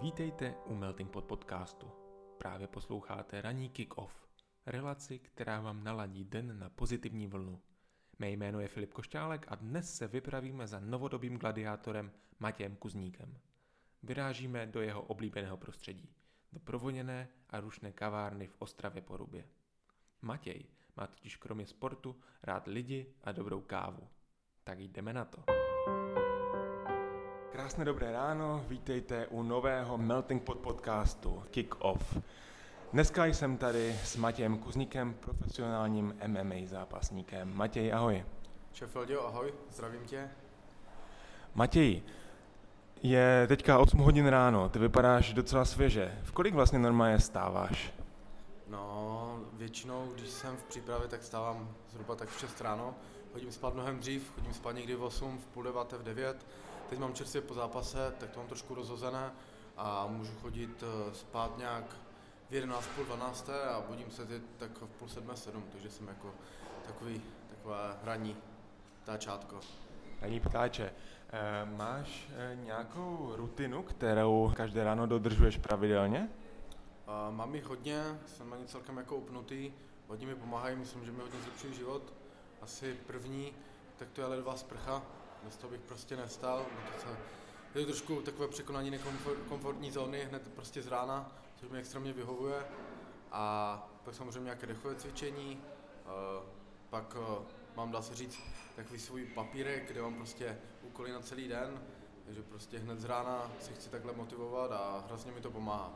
Vítejte u Melting Pot podcastu. Právě posloucháte ranní kick-off, relaci, která vám naladí den na pozitivní vlnu. Mé jméno je Filip Košťálek a dnes se vypravíme za novodobým gladiátorem Matějem Kuzníkem. Vyrážíme do jeho oblíbeného prostředí, do provoněné a rušné kavárny v Ostravě Porubě. Matěj má totiž kromě sportu rád lidi a dobrou kávu. Tak jdeme na to. Krásné dobré ráno, vítejte u nového Melting Pot podcastu Kick Off. Dneska jsem tady s Matějem Kuzníkem, profesionálním MMA zápasníkem. Matěj, ahoj. Šefildio, ahoj, zdravím tě. Matěj, je teďka 8 hodin ráno, ty vypadáš docela svěže. V kolik vlastně normálně stáváš? No, většinou, když jsem v přípravě, tak stávám zhruba tak v 6 ráno. Chodím spát mnohem dřív, chodím spát někdy v 8, v půl 9, v 9. Teď mám čerstvě po zápase, tak to mám trošku rozhozené a můžu chodit spát nějak v 11, půl 12 a budím se teď tak v půl 7, 7, takže jsem jako takové ranní ptáčátko. Ranní ptáče. Máš nějakou rutinu, kterou každé ráno dodržuješ pravidelně? Mám jich hodně, jsem na ně celkem jako upnutý, hodně mi pomáhají, myslím, že mi hodně zlepšují život. Asi první, tak to je ledová sprcha, bez toho bych prostě nestál. Je to trošku takové překonání nekomfortní zóny hned prostě z rána, což mi extrémně vyhovuje. A pak samozřejmě nějaké dechové cvičení, pak mám, dá se říct, takový svůj papírek, kde mám prostě úkoly na celý den, takže prostě hned z rána se chci takhle motivovat a hrozně mi to pomáhá.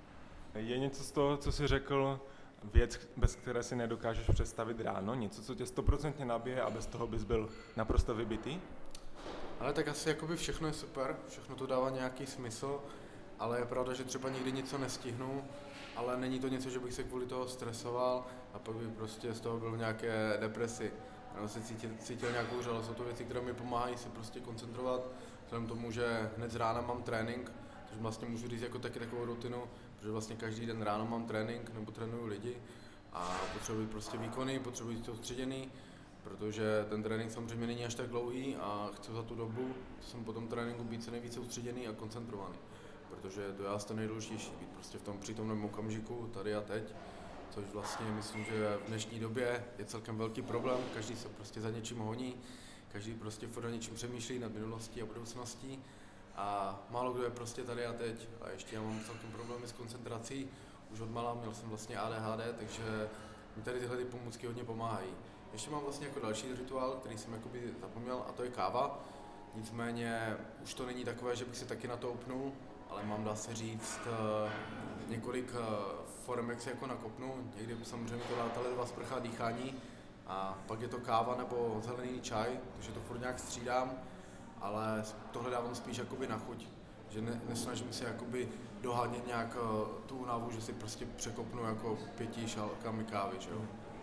Je něco z toho, co jsi řekl, věc, bez které si nedokážeš představit ráno? Něco, co tě 100% nabije a bez toho bys byl naprosto vybitý? Ale tak asi jakoby všechno je super, všechno to dává nějaký smysl, ale je pravda, že třeba někdy něco nestihnu, ale není to něco, že bych se kvůli toho stresoval a pak bych prostě z toho byl v nějaké depresi. Nebo se cítil nějakou žalost. Jsou to věci, které mi pomáhají se prostě koncentrovat, vzhledem tomu, že hned z rána mám trénink, což vlastně můžu říct jako taky takovou rutinu, protože vlastně každý den ráno mám trénink nebo trénuju lidi a potřebuji prostě výkony, potřebuji být soustředěný, protože ten trénink samozřejmě není až tak dlouhý a chci za tu dobu, co jsem po tom tréninku, být co nejvíce soustředěný a koncentrovaný, protože to je asi to nejdůležitější, být prostě v tom přítomném okamžiku, tady a teď, což vlastně myslím, že v dnešní době je celkem velký problém, každý se prostě za něčím honí, každý prostě furt o něčím přemýšlí nad minulostí a budoucností a málo kdo je prostě tady a teď a ještě já mám celkem problémy s koncentrací, už od malá měl jsem vlastně ADHD, takže mi tady tyhle ty pomůcky hodně pomáhají. Ještě mám vlastně jako další rituál, který jsem jakoby zapomněl, a to je káva. Nicméně už to není takové, že bych si taky na to upnul, ale mám, dá se říct, několik forem, jak se jako nakopnu. Někdy samozřejmě to dá ta ledová sprcha, dýchání a pak je to káva nebo zelený čaj, takže to furt nějak střídám, ale tohle dávám spíš jakoby na chuť. Že nesnažím se jakoby dohánět nějak tu únavu, že si prostě překopnu jako 5 šálkami kávy, že jo.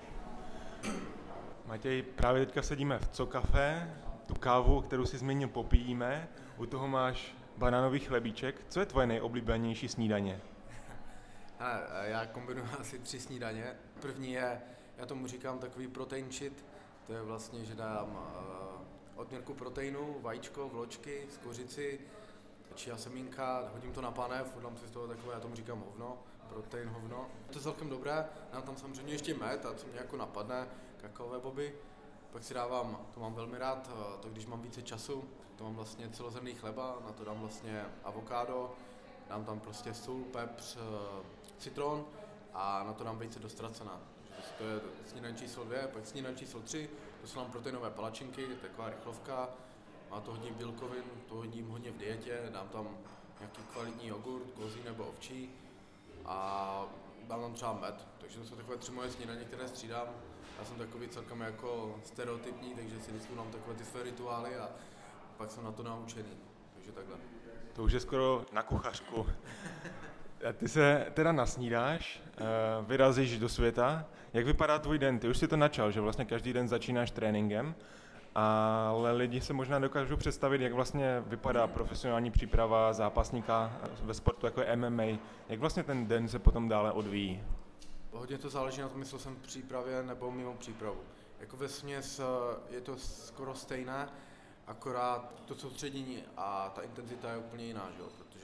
Matěj, právě teďka sedíme v Cokafé, tu kávu, kterou si zmínil, popijíme, u toho máš banánový chlebíček. Co je tvoje nejoblíbenější snídaně? Já kombinuji asi 3 snídaně. První je, já tomu říkám takový protein cheat, to je vlastně, že dám odměrku proteinu, vajíčko, vločky, skořici, chia semínka, hodím to na panev, dám si z toho takové, já tomu říkám hovno, protein hovno. To je celkem dobré, dám tam samozřejmě ještě med a co mě jako napadne, kakaové boby. Pak si dávám, to mám velmi rád, to když mám více času, to mám vlastně celozrnný chleba, na to dám vlastně avokádo, dám tam prostě sůl, pepř, citron a na to dám vejce dostracená. To je snídaně číslo 2, pak snídaně číslo 3, to jsou nám proteinové palačinky, taková rychlovka, má to hodně bílkovin, to hodím hodně v dietě, dám tam nějaký kvalitní jogurt, kozí nebo ovčí a dám tam třeba med, takže to jsou takové 3 moje snídaně, které střídám. Já jsem takový celkem jako stereotypní, takže si vždycky mám takové ty své rituály a pak jsem na to naučený, takže takhle. To už je skoro na kuchařku. A ty se teda nasnídáš, vyrazíš do světa. Jak vypadá tvůj den? Ty už si to načal, že vlastně každý den začínáš tréninkem, ale lidi se možná dokážou představit, jak vlastně vypadá profesionální příprava zápasníka ve sportu jako je MMA. Jak vlastně ten den se potom dále odvíjí? Hodně to záleží na tom, jestli jsem v přípravě nebo mimo přípravu. Jako vesměs je to skoro stejné, akorát to soustředění a ta intenzita je úplně jiná, že jo? Protože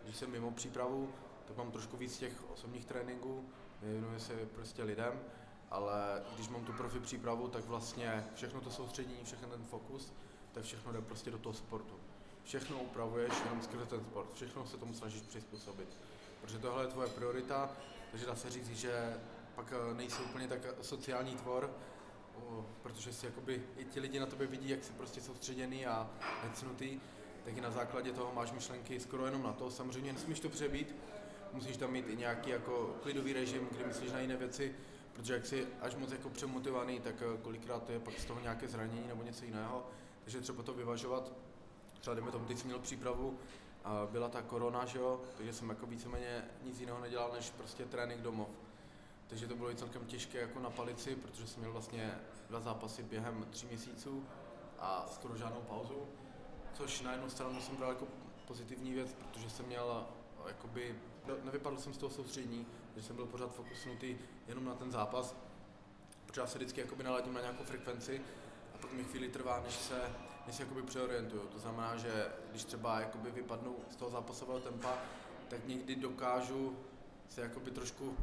Když jsem mimo přípravu, tak mám trošku víc těch osobních tréninků, věnuji se prostě lidem, ale když mám tu profi přípravu, tak vlastně všechno to soustředění, všechno ten fokus, tak všechno jde prostě do toho sportu. Všechno upravuješ jenom skrze ten sport, všechno se tomu snažíš přizpůsobit. Protože tohle je tvoje priorita, takže dá se říct, že pak nejsi úplně tak sociální tvor, protože si jakoby, i ti lidi na tebe vidí, jak jsi prostě soustředěný a necnutý, tak i na základě toho máš myšlenky skoro jenom na to. Samozřejmě nesmíš to přebít, musíš tam mít i nějaký jako klidový režim, kdy myslíš na jiné věci, protože jak jsi až moc jako přemotivovaný, tak kolikrát je pak z toho nějaké zranění nebo něco jiného, takže třeba to vyvažovat. Třeba dejme tomu, teď jsem měl přípravu, a byla ta korona, že jo, takže jsem jako víceméně nic jiného nedělal, než prostě trénink domov. Takže to bylo i celkem těžké jako na palici, protože jsem měl vlastně 2 zápasy během 3 měsíců a skoro žádnou pauzu, což na jednu stranu jsem bral jako pozitivní věc, protože jsem měl jakoby, nevypadl jsem z toho soustředění, že jsem byl pořád fokusnutý jenom na ten zápas, protože já se vždycky jakoby naladím na nějakou frekvenci a pak mi chvíli trvá, než se jakoby přeorientuju. To znamená, že když třeba jakoby vypadnu z toho zápasového tempa, tak někdy dokážu se jakoby trošku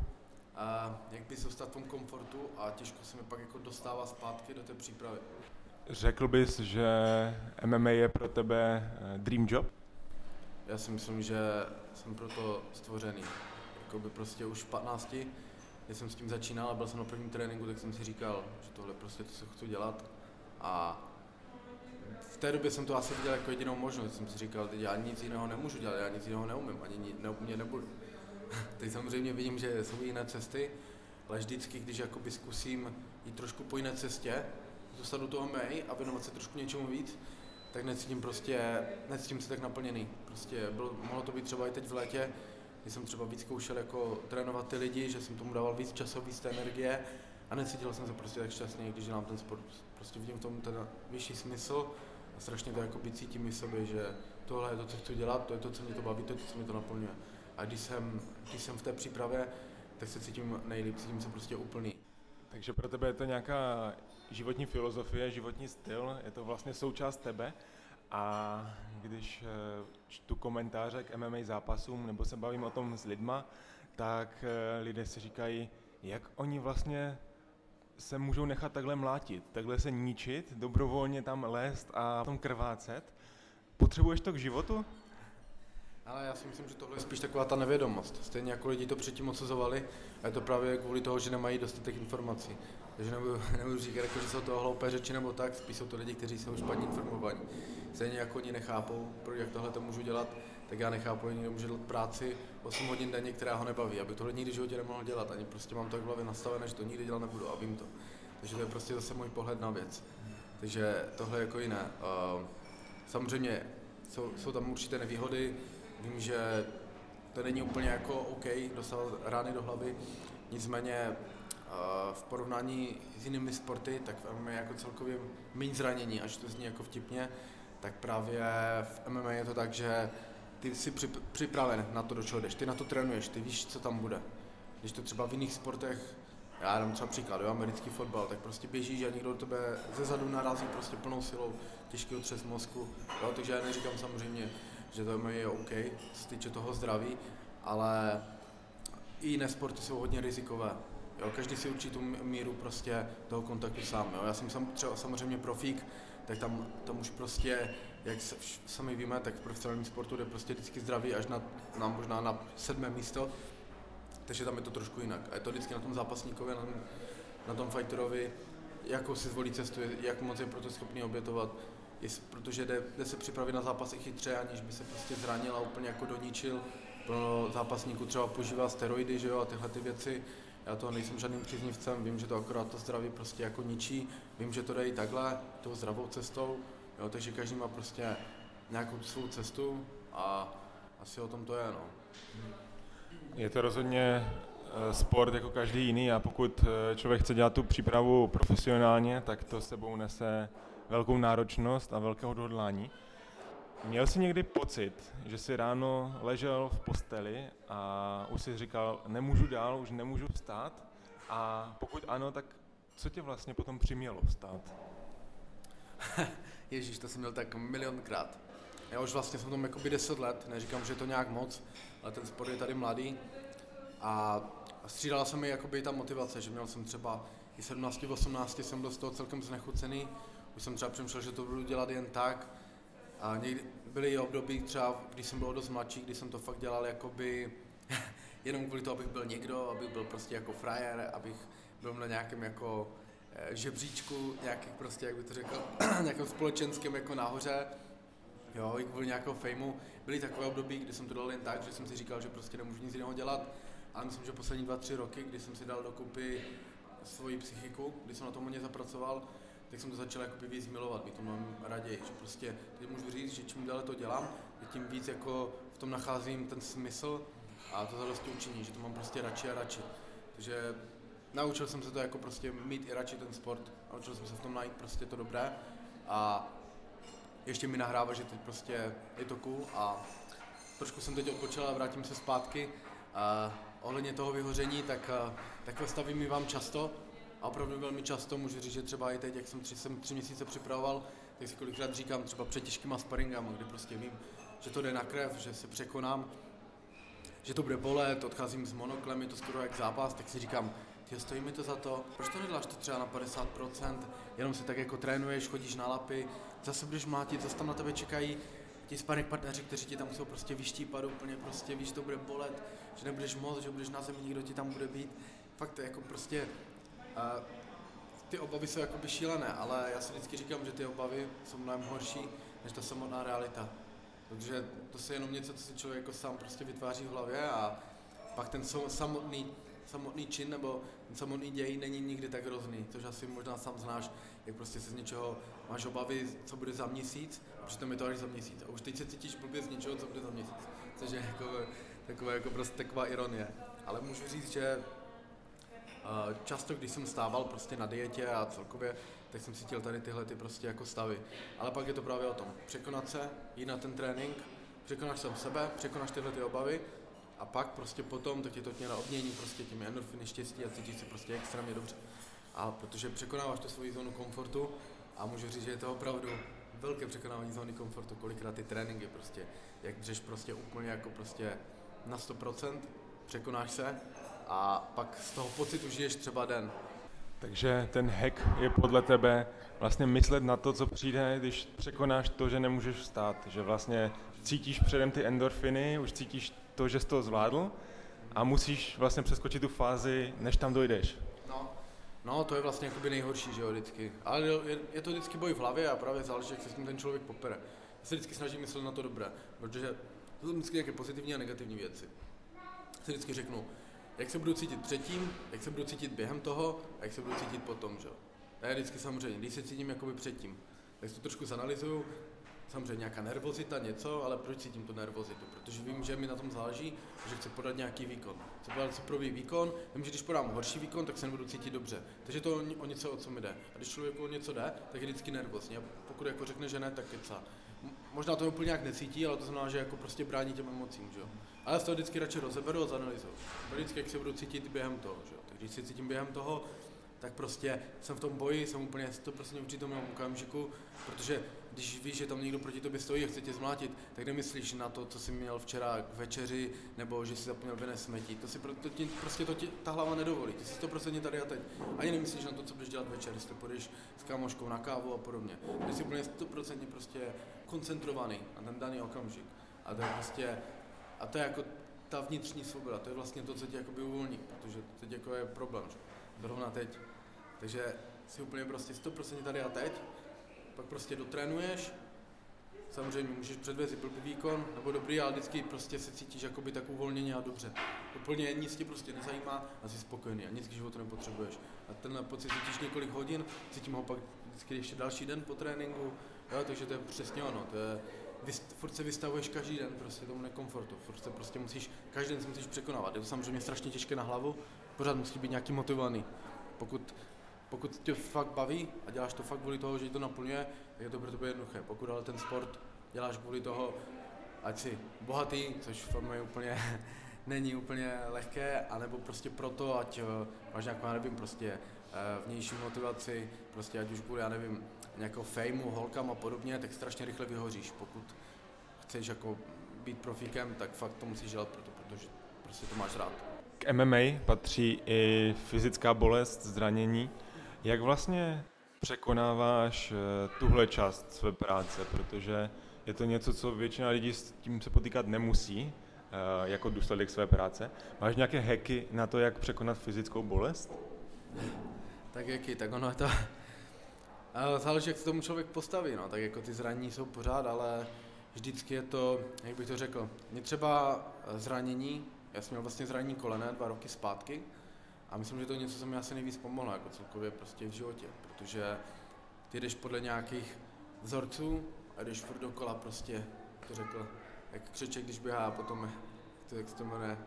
jak by zůstat v tom komfortu a těžko se mi pak jako dostává zpátky do té přípravy. Řekl bys, že MMA je pro tebe dream job? Já si myslím, že jsem pro to stvořený. Jakoby prostě už v 15, když jsem s tím začínal a byl jsem na prvním tréninku, tak jsem si říkal, že tohle prostě to, co chci dělat. A v té době jsem to asi viděl jako jedinou možnost. Jsem si říkal, teď já nic jiného nemůžu dělat, já nic jiného neumím, ani neumě nebudu. Teď samozřejmě vidím, že jsou jiné cesty, ale vždycky, když jakoby zkusím jít trošku po jiné cestě, zůstat do toho MMA a věnovat se trošku něčemu víc, tak necítím se tak naplněný. Prostě mohlo to být třeba i teď v létě, kdy jsem třeba víc zkoušel jako trénovat ty lidi, že jsem tomu dával víc času, víc té energie a necítil jsem se prostě tak šťastný, když dělám ten sport. Prostě vidím v tom ten vyšší smysl a strašně to jakoby cítím i sobě, že tohle je to, co chci dělat, to je to, co mě to baví, to je to, co mě to naplňuje. A když jsem v té přípravě, tak se cítím nejlíp, cítím se prostě úplný. Takže pro tebe je to nějaká životní filozofie, životní styl, je to vlastně součást tebe a když čtu komentáře k MMA zápasům nebo se bavím o tom s lidma, tak lidé si říkají, jak oni vlastně se můžou nechat takhle mlátit, takhle se ničit, dobrovolně tam lézt a tom krvácet. Potřebuješ to k životu? Ale já si myslím, že tohle je spíš taková ta nevědomost. Stejně jako lidi to předtím odsuzovali a je to právě kvůli toho, že nemají dostatek informací. Takže nebudu říkat, jako, že jsou to hloupé řeči nebo tak, spíš jsou to lidi, kteří jsou špatně informovaní. Stejně jako oni nechápou, jak tohle to můžu dělat, tak já nechápu, že někdo může dělat práci 8 hodin denně, která ho nebaví. Abych tohle nikdy v životě nemohl dělat, ani prostě mám to v hlavě nastavené, že to nikdy dělat nebudu a vím to. Takže to je prostě zase můj pohled na věc. Takže tohle je jako jiné. Samozřejmě jsou tam určité nevýhody. Vím, že to není úplně jako OK dostávat rány do hlavy, nicméně v porovnání s jinými sporty, tak v MMA je jako celkově méně zranění, až to zní jako vtipně, tak právě v MMA je to tak, že ty jsi připraven na to, do čeho jdeš, ty na to trénuješ, ty víš, co tam bude. Když to třeba v jiných sportech, já dám třeba příklad, americký fotbal, tak prostě běžíš a někdo do tebe zezadu narazí prostě plnou silou, těžký otřes mozku, jo, takže já neříkám samozřejmě, že to je OK, co se týče toho zdraví, ale i jiné sporty jsou hodně rizikové. Jo, každý si určí tu míru prostě toho kontaktu sám. Jo. Já jsem třeba samozřejmě profík, tak tam už prostě, jak sami víme, tak v profesionálním sportu jde prostě vždycky zdraví až možná na 7. místo, takže tam je to trošku jinak. A je to vždycky na tom zápasníkovi, na tom fighterovi, jakou si zvolí cestu, jak moc je proto schopný obětovat. Protože jde se připravit na zápas i chytře, aniž by se prostě zranil a úplně jako doničil. Pro zápasníků třeba používá steroidy, že jo, a tyhle ty věci. Já toho nejsem žádným příznivcem, vím, že to akorát to zdraví prostě jako ničí. Vím, že to jde i takhle, tou zdravou cestou, jo, takže každý má prostě nějakou svou cestu a asi o tom to je, no. Je to rozhodně sport jako každý jiný a pokud člověk chce dělat tu přípravu profesionálně, tak to sebou nese velkou náročnost a velké odhodlání. Měl jsi někdy pocit, že jsi ráno ležel v posteli a už jsi říkal, nemůžu dál, už nemůžu vstát? A pokud ano, tak co tě vlastně potom přimělo vstát? Ježíš, to jsem měl tak milionkrát. Já už vlastně jsem tam jakoby 10 let, neříkám, že je to nějak moc, ale ten sport je tady mladý a střídala se mi jakoby ta motivace, že měl jsem třeba i 17, 18 jsem byl z toho celkem znechucený, už jsem třeba přemýšlel, že to budu dělat jen tak a někdy byly i období třeba, když jsem byl dost mladší, když jsem to fakt dělal jakoby jenom kvůli toho, abych byl někdo, abych byl prostě jako frajer, abych byl na nějakém jako žebříčku, nějakých prostě, jak bych to řekl, nějakém společenském jako nahoře, jo, i kvůli nějakého fejmu. Byly takové období, kdy jsem to dal jen tak, že jsem si říkal, že prostě nemůžu nic jiného dělat. A myslím, že poslední 2-3 roky, kdy jsem si dal dokupy svoji psychiku, když jsem na tom hodně zapracoval, tak jsem to začal jakoby víc milovat, mít to mám raději, že prostě teď můžu říct, že čím dále to dělám, tím víc jako v tom nacházím ten smysl a to zadosti učiní, že to mám prostě radši a radši. Takže naučil jsem se to jako prostě mít i radši ten sport, naučil jsem se v tom najít prostě to dobré a ještě mi nahrává, že teď prostě je to cool a trošku jsem teď odpočal a vrátím se zpátky. Ohledně toho vyhoření, tak takové stavy mi vám často a opravdu velmi často, můžu říct, že třeba i teď, jak jsem 3 měsíce připravoval, tak si kolikrát říkám třeba před těžkýma sparingama, kdy prostě vím, že to jde na krev, že se překonám, že to bude bolet, odcházím s monoklem, je to skoro jak zápas, tak si říkám, tyjo, stojí mi to za to, proč to neděláš to třeba na 50%, jenom si tak jako trénuješ, chodíš na lapy, zase budeš mlátit, zase tam na tebe čekají ti sparring partneři, kteří ti tam musou prostě vyštípat úplně, prostě víš, to bude bolet, že nebudeš moc, že budeš na zemi, nikdo ti tam bude být, fakt to je jako prostě, ty obavy jsou jakoby šílené, ale já si vždycky říkám, že ty obavy jsou mnohem horší, než ta samotná realita. Takže to je jenom něco, co si člověk jako sám prostě vytváří v hlavě a pak ten samotný čin nebo ten samotný děj není nikdy tak hrozný, což asi možná sám znáš, jak prostě se z něčeho máš obavy, co bude za měsíc a přitom je to až za měsíc a už teď se cítíš blbě z něčeho, co bude za měsíc, což je jako prostě taková ironie. Ale můžu říct, že často, když jsem stával prostě na dietě a celkově, tak jsem cítil tady tyhle ty prostě jako stavy. Ale pak je to právě o tom, překonat se, jít na ten trénink, překonáš sám sebe, překonáš tyhle ty obavy a pak prostě potom tak tě to tě odmění prostě těmi endorfiny štěstí a cítíš se prostě extrémně dobře. A protože překonáváš tu svoji zónu komfortu a můžu říct, že je to opravdu velké překonávání zóny komfortu, kolikrát ty tréninky prostě, jak dřeš prostě úplně jako prostě na 100%, překonáš se a pak z toho pocitu žiješ třeba den. Takže ten hack je podle tebe vlastně myslet na to, co přijde, když překonáš to, že nemůžeš vstát, že vlastně cítíš předem ty endorfiny, už cítíš to, že jsi to zvládl a musíš vlastně přeskočit tu fázi, než tam dojdeš. No, to je vlastně jakoby nejhorší, že jo, vždycky. Ale je to vždycky boj v hlavě a právě záleží, jak se s tím ten člověk popere. Já se vždycky snažím myslet na to dobré, protože to jsou vždycky nějaké pozitivní a negativní věci. Já si vždycky řeknu, jak se budu cítit předtím, jak se budu cítit během toho a jak se budu cítit potom, že jo. Já vždycky samozřejmě, když se cítím jakoby předtím, tak si to trošku zanalyzuju, samozřejmě nějaká nervozita, něco, ale proč cítím tu nervozitu? Protože vím, že mi na tom záleží, že chci podat nějaký výkon. Chci podat superový výkon, vím, že když podám horší výkon, tak se nebudu cítit dobře. Takže to o něco, o co mi jde. A když člověku o něco jde, tak je vždycky nervózní. A pokud jako řekne, že ne, tak kecá. Možná to úplně nějak necítí, ale to znamená, že jako prostě brání těm emocím, že jo. Ale já to vždycky radši rozeberu a zanalyzuju. Vždycky, jak se budu cítit během toho, že jo. Tak když se cítím během toho, tak prostě jsem v tom boji, jsem úplně 100% v tom okamžiku, protože když víš, že tam někdo proti tobě stojí a chce tě zmlátit, tak nemyslíš na to, co jsi měl včera k večeři, nebo že jsi zapomněl vynést smetí. Ta hlava nedovolí, ty jsi 100% tady a teď. Ani nemyslíš na to, co budeš dělat večer, jestli půjdeš s kámoškou na kávu a podobně. Ty jsi úplně 100% prostě koncentrovaný na ten daný okamžik. A to je prostě, a to je jako ta vnitřní svoboda, to je vlastně to, co tě jakoby uvolní, protože teď jako je problém, že? Zrovna teď. Takže si úplně prostě 100% tady a teď, pak prostě dotrénuješ, samozřejmě můžeš předvést blbý výkon, nebo dobrý, ale vždycky prostě se cítíš jakoby tak uvolněně a dobře. Úplně nic tě prostě nezajímá a jsi spokojený a nic k životu nepotřebuješ. A tenhle pocit cítíš několik hodin, cítím ho pak vždycky ještě další den po tréninku, jo, takže to je přesně ono, to je, furt se vystavuješ každý den prostě tomu nekomfortu, furt se prostě každý den se musíš překonávat, je to samozřejmě strašně těžké na hlavu, pořád musí být nějaký motivovaný. Pokud tě fakt baví a děláš to fakt kvůli toho, že tě to naplňuje, tak je to pro tebe jednoduché. Pokud ale ten sport děláš kvůli toho, ať jsi bohatý, což v tom není úplně lehké, anebo prostě proto, ať máš nějakou, já nevím, prostě vnější motivaci, prostě ať už bude, já nevím, nějakou fejmu, holkám a podobně, tak strašně rychle vyhoříš. chceš jako být profíkem, tak fakt to musíš dělat protože prostě to máš rád. K MMA patří i fyzická bolest, zranění. Jak vlastně překonáváš tuhle část své práce, protože je to něco, co většina lidí s tím se potýkat nemusí, jako důsledek své práce. Máš nějaké hacky na to, jak překonat fyzickou bolest? Tak jaký, tak ono je to... Záleží, jak se tomu člověk postaví, no, tak jako ty zranění jsou pořád, ale vždycky je to, jak bych to řekl, mě třeba zranění, já jsem měl vlastně zranění kolene 2 roky zpátky a myslím, že to je něco, co mi asi nejvíc pomohlo, jako celkově prostě v životě, protože ty jdeš podle nějakých vzorců a jdeš furt dokola prostě, jak to řekl, jak křeček, když běhá a potom, jak se to jmenuje,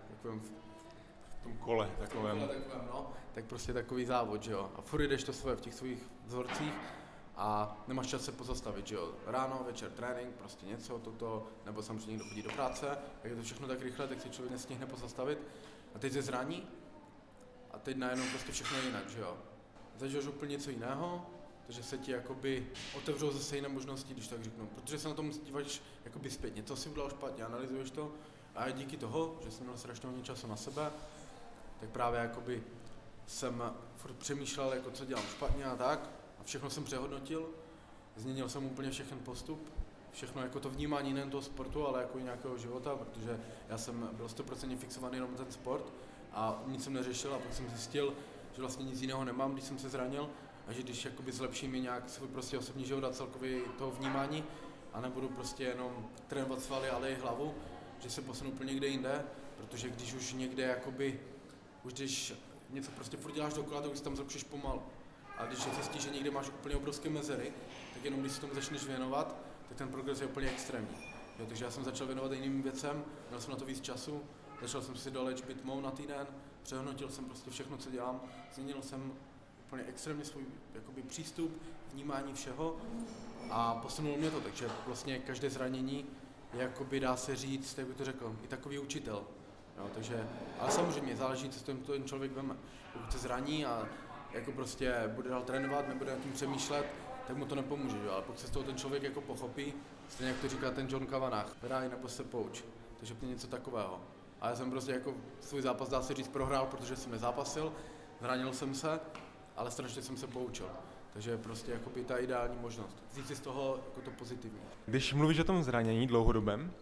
V tom kole takovém. No, tak prostě takový závod, že jo. A furt jdeš to svoje v těch svých vzorcích a nemáš čas se pozastavit, že jo. Ráno, večer trénink, prostě něco, toto, nebo samozřejmě někdo chodí do práce, tak je to všechno tak rychle, tak si člověk nestihne pozastavit. A teď se zraní a teď najednou prostě všechno je jinak, že jo. Zažiješ úplně něco jiného, takže se ti jakoby otevřou zase jiné možnosti, když tak řeknu. Protože se na tom díváš jakoby zpětně, co si udělal špatně, analyzuješ to a díky toho, že jsem měl strašně hodně času na sebe, tak právě jakoby jsem furt přemýšlel, jako co dělám špatně a tak. A všechno jsem přehodnotil, změnil jsem úplně všechen postup, všechno jako to vnímání nejen toho sportu, ale jako i nějakého života, protože já jsem byl 100% fixovaný jenom na ten sport a nic jsem neřešil a pak jsem zjistil, že vlastně nic jiného nemám, když jsem se zranil a že když jakoby zlepším i nějak svůj prostě osobní život a celkově toho vnímání a nebudu prostě jenom trénovat svaly, ale i hlavu, že se posunu úplně někde jinde, protože když už někde jakoby už když něco prostě furt děláš dokola, tak už si tam zlepšíš pomalu. A když zjistíš, že někde máš úplně obrovské mezery, tak jenom když si tomu začneš věnovat, tak ten progres je úplně extrémní. Jo, takže já jsem začal věnovat jiným věcem, měl jsem na to víc času, začal jsem si do léčby tmou na týden, přehodnotil jsem prostě všechno, co dělám, změnil jsem úplně extrémně svůj jakoby, přístup, vnímání všeho a posunul mě to, takže vlastně každé zranění je jakoby, dá se říct, jak bych to řekl, i takový učitel. Jo, takže, ale samozřejmě záleží, co ten člověk veme. Pokud se zraní a jako prostě bude dál trénovat, nebude nad tím přemýšlet, tak mu to nepomůže, jo? Ale pokud se z toho ten člověk jako pochopí, stejně jak to říká ten John Kavanagh, hraj nebo se pouč, takže to je něco takového. A já jsem prostě jako svůj zápas, dá se říct, prohrál, protože jsem nezápasil, zranil jsem se, ale strašně jsem se poučil. Takže prostě jakoby ta ideální možnost. Vzít si z toho jako to pozitivní. Když mluvíš o tom zranění dlouhodobém,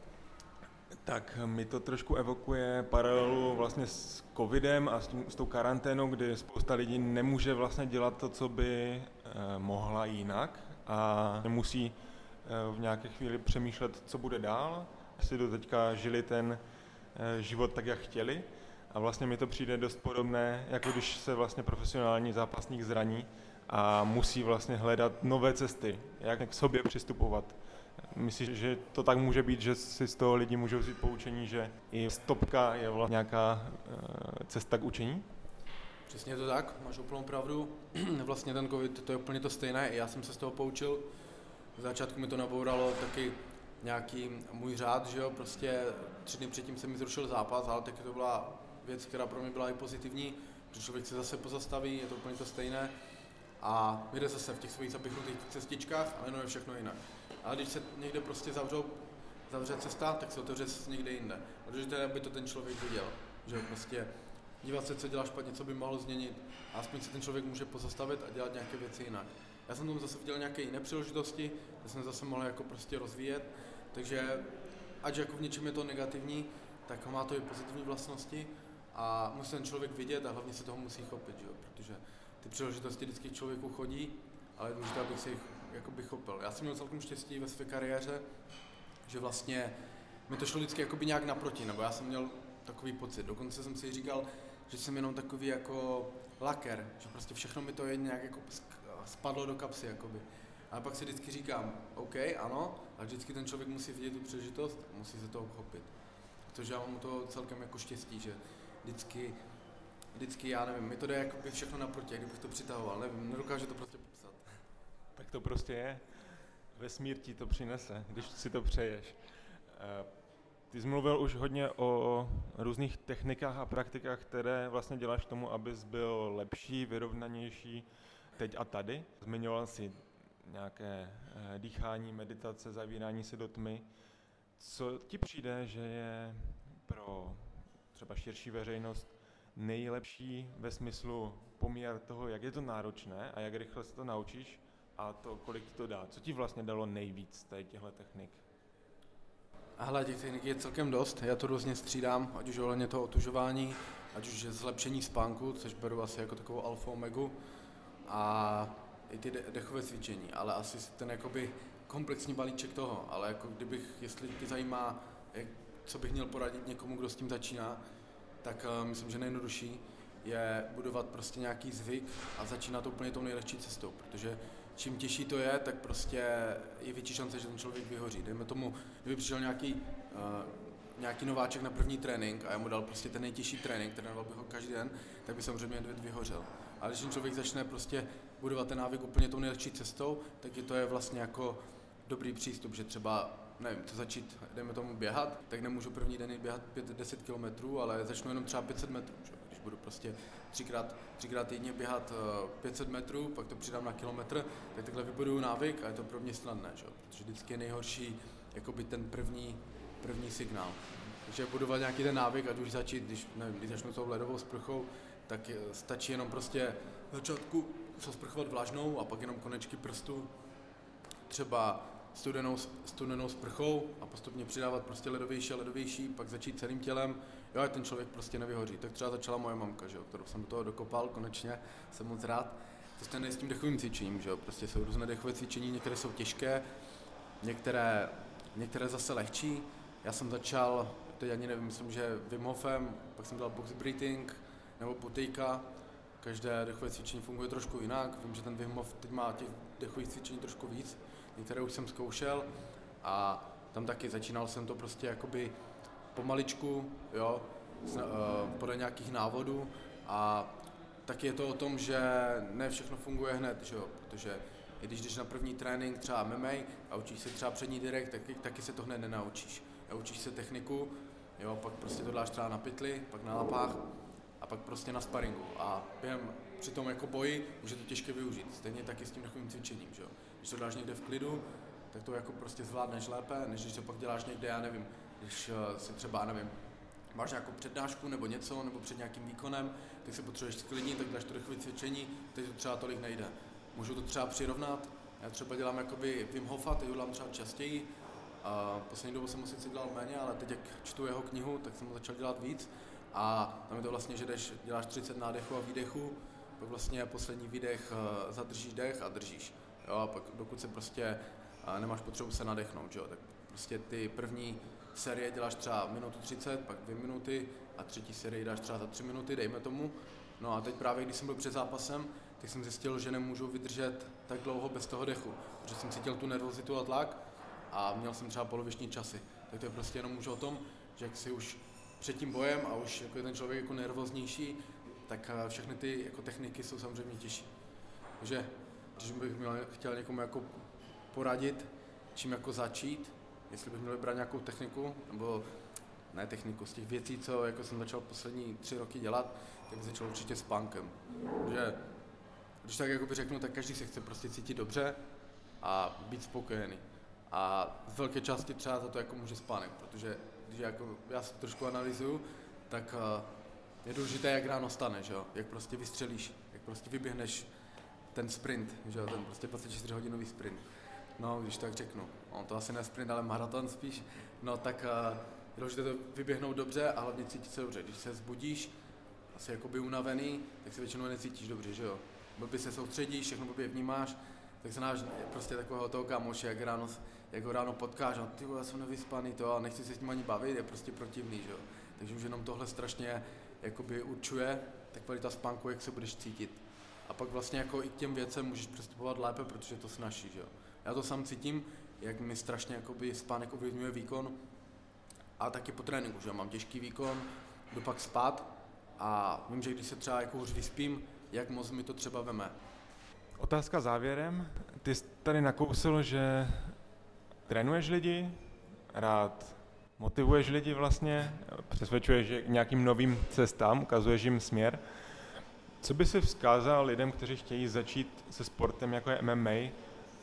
tak mi to trošku evokuje paralelu vlastně s covidem a s tou karanténou, kdy spousta lidí nemůže vlastně dělat to, co by mohla jinak a musí v nějaké chvíli přemýšlet, co bude dál, jestli do teďka žili ten život tak, jak chtěli. A vlastně mi to přijde dost podobné, jako když se vlastně profesionální zápasník zraní a musí vlastně hledat nové cesty, jak k sobě přistupovat. Myslíš, že to tak může být, že si z toho lidi můžou vzít poučení, že i stopka je vlastně nějaká cesta k učení? Přesně to tak, máš úplnou pravdu. Vlastně ten covid, to je úplně to stejné, já jsem se z toho poučil. V začátku mi to nabouralo taky nějaký můj řád, že jo, prostě 3 dny předtím se mi zrušil zápas, ale taky to byla věc, která pro mě byla i pozitivní, že člověk se zase pozastaví, je to úplně to stejné a jde zase v těch svých zapichnutých cestičkách, ale jenom je všechno jinak. Ale když se někde prostě zavře cesta, tak se otevře někde jinde. Protože to je, aby to ten člověk viděl, že prostě dívat se, co dělá špatně, co by mohlo změnit a aspoň se ten člověk může pozastavit a dělat nějaké věci jinak. Já jsem tomu zase viděl nějaké jiné příležitosti, že jsem zase mohl jako prostě rozvíjet, takže ať jako v něčem je to negativní, tak má to i pozitivní vlastnosti a musí ten člověk vidět a hlavně se toho musí chopit, že jo? Protože ty příležitosti vždycky k člověku chodí, ale je důležité, abych se jich jakoby chopil. Já jsem měl celkem štěstí ve své kariéře, že vlastně mi to šlo vždycky jakoby nějak naproti, nebo já jsem měl takový pocit. Dokonce jsem si říkal, že jsem jenom takový jako laker, že prostě všechno mi to jen nějak jako spadlo do kapsy, jakoby. A pak si vždycky říkám, OK, ano, ale vždycky ten člověk musí vidět tu příležitost, musí se toho uchopit. Protože já mám to celkem jako štěstí, že vždycky já nevím, mi to jde jakoby všechno naproti, jak kdybych to přitahoval, nevím, nedokážu to prostě popsat. Tak to prostě je. Vesmír ti to přinese, když si to přeješ. Ty jsi mluvil už hodně o různých technikách a praktikách, které vlastně děláš k tomu, abys byl lepší, vyrovnanější teď a tady. Zmiňoval jsi nějaké dýchání, meditace, zavírání se do tmy. Co ti přijde, že je pro třeba širší veřejnost nejlepší ve smyslu poměr toho, jak je to náročné a jak rychle se to naučíš a to, kolik ti to dá? Co ti vlastně dalo nejvíc těchto technik? A hele, těch technik je celkem dost, já to různě střídám, ať už ohledně toho otužování, ať už zlepšení spánku, což beru asi jako takovou alfa omegu, a i ty dechové cvičení, ale asi ten jakoby komplexní balíček toho, ale jako jestli tě zajímá, co bych měl poradit někomu, kdo s tím začíná, tak myslím, že nejjednodušší je budovat prostě nějaký zvyk a začínat úplně tou nejlehčí cestou, protože čím těžší to je, tak prostě je větší šance, že ten člověk vyhoří. Dejme tomu, kdyby přišel nějaký nováček na první trénink a já mu dal prostě ten nejtěžší trénink, trénoval bych ho každý den, tak by samozřejmě hned vyhořel. Ale když ten člověk začne prostě budovat ten návyk úplně tou nejlehčí cestou, tak to je vlastně jako dobrý přístup, že třeba, nevím, to začít, dejme tomu běhat, tak nemůžu první den běhat 5-10 kilometrů, ale začnu jenom třeba 500 metrů. Že? Když budu prostě třikrát týdně běhat 500 metrů, pak to přidám na kilometr, tak takhle vybuduju návyk a je to pro mě snadné, že? Protože vždycky je nejhorší jakoby ten první signál. Takže budovat nějaký ten návyk, ať už začít, když začnu tou ledovou sprchou, tak stačí jenom prostě v začátku se sprchovat vlažnou a pak jenom konečky prstů, třeba studenou sprchou a postupně přidávat prostě ledovější a ledovější, pak začít celým tělem, jo, a ten člověk prostě nevyhoří. Tak třeba začala moje mamka, že jo, kterou jsem do toho dokopal konečně, jsem moc rád. To stejné s tím dechovým cvičením, že jo, prostě jsou různé dechové cvičení, některé jsou těžké, některé zase lehčí. Já jsem začal, teď ani nevím, myslím, že Wim Hofem, pak jsem dělal box breathing nebo butejka. Každé dechové cvičení funguje trošku jinak. Vím, že ten Wim Hof teď má těch dechových cvičení trošku víc. Některé už jsem zkoušel a tam taky začínal jsem to prostě jakoby pomaličku, jo, podle nějakých návodů a taky je to o tom, že ne všechno funguje hned, že jo, protože i když jdeš na první trénink třeba MMA a učíš se třeba přední direkt, taky se to hned nenaučíš. Učíš se techniku, jo, pak prostě to dáš třeba na pytli, pak na lapách a pak prostě na sparingu a při tom jako boji už je to těžké využít. Stejně taky s tím dechovým cvičením, že jo. Když to dáš někde v klidu, tak to jako prostě zvládneš lépe, než když to pak děláš někde, já nevím, když si třeba, nevím, máš nějakou přednášku nebo něco, nebo před nějakým výkonem, tak se potřebuješ sklidnit, tak dáš to dechové cvičení, teď to třeba tolik nejde. Můžu to třeba přirovnat, já třeba dělám jakoby Wim Hofa, teď ho dělám třeba častěji, a poslední dobou jsem ho sice dělal méně, ale teď jak čtu jeho knihu, tak jsem ho začal dělat víc a tam je to vlastně, že děláš 30 nádechů a výdechů, pak vlastně poslední výdech zadržíš dech a držíš. Jo, a pak dokud se prostě nemáš potřebu se nadechnout, jo, tak prostě ty první série děláš třeba minutu 30, pak 2 minuty a třetí série dáš třeba za 3 minuty, dejme tomu. No a teď právě, když jsem byl před zápasem, tak jsem zjistil, že nemůžu vydržet tak dlouho bez toho dechu, protože jsem cítil tu nervozitu a tlak a měl jsem třeba poloviční časy. Tak to je prostě jenom už o tom, že jak si už před tím bojem a už jako je ten člověk jako nervóznější, tak všechny ty jako techniky jsou samozřejmě těžší. Takže když bych chtěl někomu jako poradit, čím jako začít, jestli bych měl vybrat nějakou techniku, nebo ne techniku, z těch věcí, co jako jsem začal poslední 3 roky dělat, tak bych začal určitě spánkem. Protože když tak jako řeknu, tak každý se chce prostě cítit dobře a být spokojený. A z velké části třeba za to jako může spánek, protože když jako já se trošku analyzuju, tak je důležité, jak ráno staneš, jo? Jak prostě vystřelíš, jak prostě vyběhneš ten sprint, že jo? Ten prostě 24-hodinový sprint. No, když tak řeknu, to asi ne sprint, ale maraton spíš, no tak je důležité to vyběhnout dobře a hlavně cítit se dobře. Když se zbudíš, asi jakoby unavený, tak se většinou necítíš dobře, že jo? Blbě se soustředíš, všechno blbě vnímáš, tak se náš prostě takového toho kámoše, jak ho ráno potkáš, no ty já jsem nevyspaný to a nechci se s ním ani bavit, je prostě protivný, že jo. Takže už jenom tohle strašně jakoby určuje ta kvalita spánku, jak se budeš cítit. A pak vlastně jako i k těm věcem můžeš přistupovat lépe, protože to snaží, že jo. Já to sám cítím, jak mi strašně jakoby spánek ovlivňuje výkon a taky po tréninku, že jo. Mám těžký výkon, jdu pak spát a vím, že když se třeba jako hůř vyspím, jak moc mi to třeba veme. Otázka závěrem. Ty jsi tady nakousl, že trénuješ lidi, rád motivuješ lidi vlastně, přesvědčuješ je k nějakým novým cestám, ukazuješ jim směr. Co by si vzkázal lidem, kteří chtějí začít se sportem jako je MMA,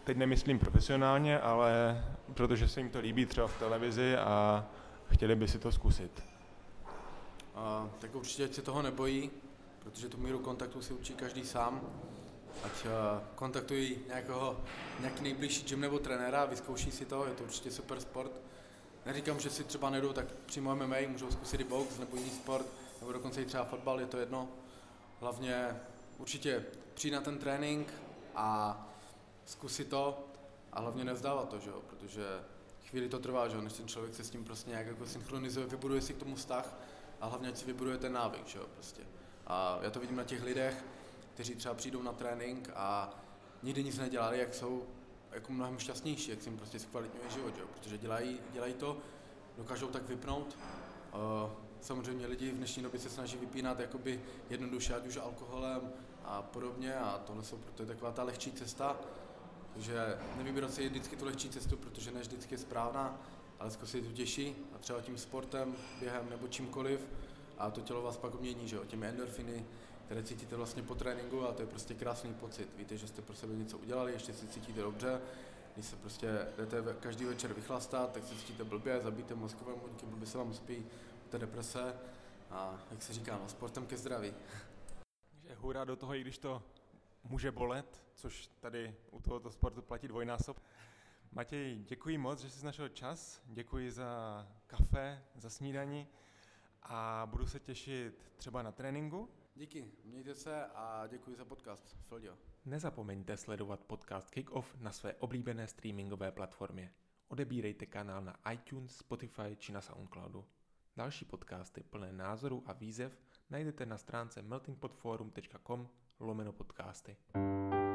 teď nemyslím profesionálně, ale protože se jim to líbí třeba v televizi a chtěli by si to zkusit. Tak určitě ať se toho nebojí, protože tu míru kontaktu si učí každý sám. Ať kontaktují nějaký nejbližší gym nebo trenéra, vyzkouší si to, je to určitě super sport. Neříkám, že si třeba nejdou, tak přímo MMA, můžou zkusit i box nebo jiný sport, nebo dokonce i třeba fotbal, je to jedno. Hlavně určitě přijít na ten trénink a zkusit to a hlavně nevzdávat to, že jo? Protože chvíli to trvá, že jo? Než ten člověk se s tím prostě nějak jako synchronizuje, vybuduje si k tomu vztah a hlavně ať si vybuduje ten návyk, že jo? Prostě. A já to vidím na těch lidech, kteří třeba přijdou na trénink a nikdy nic nedělali, jak jsou jako mnohem šťastnější, jak si jim prostě zkvalitňuje život, jo? Protože dělají to, dokážou tak vypnout. Samozřejmě lidi v dnešní době se snaží vypínat jakoby jednoduše, ať už alkoholem a podobně a to je taková ta lehčí cesta. Takže nevybírat si vždycky tu lehčí cestu, protože ne vždycky je správná, ale zkusit tu těžší a třeba tím sportem, během nebo čímkoliv a to tělo vás pak obmění, že jo, těmi endorfiny, které cítíte vlastně po tréninku a to je prostě krásný pocit. Víte, že jste pro sebe něco udělali, ještě si cítíte dobře, když se prostě jdete každý večer vychlastat, tak se cítíte blbě, zabijete mozkové buňky, blbě se vám spí, to deprese a jak se říká, no, sportem ke zdraví. Takže hurá do toho, i když to může bolet, což tady u tohoto sportu platí dvojnásob. Matěj, děkuji moc, že jsi našel čas, děkuji za kafe, za snídani a budu se těšit třeba na tréninku. Díky, mějte se a děkuji za podcast, Feldio. Nezapomeňte sledovat podcast Kick-Off na své oblíbené streamingové platformě. Odebírejte kanál na iTunes, Spotify či na Soundcloudu. Další podcasty plné názorů a výzev najdete na stránce meltingpotforum.com/podcasty.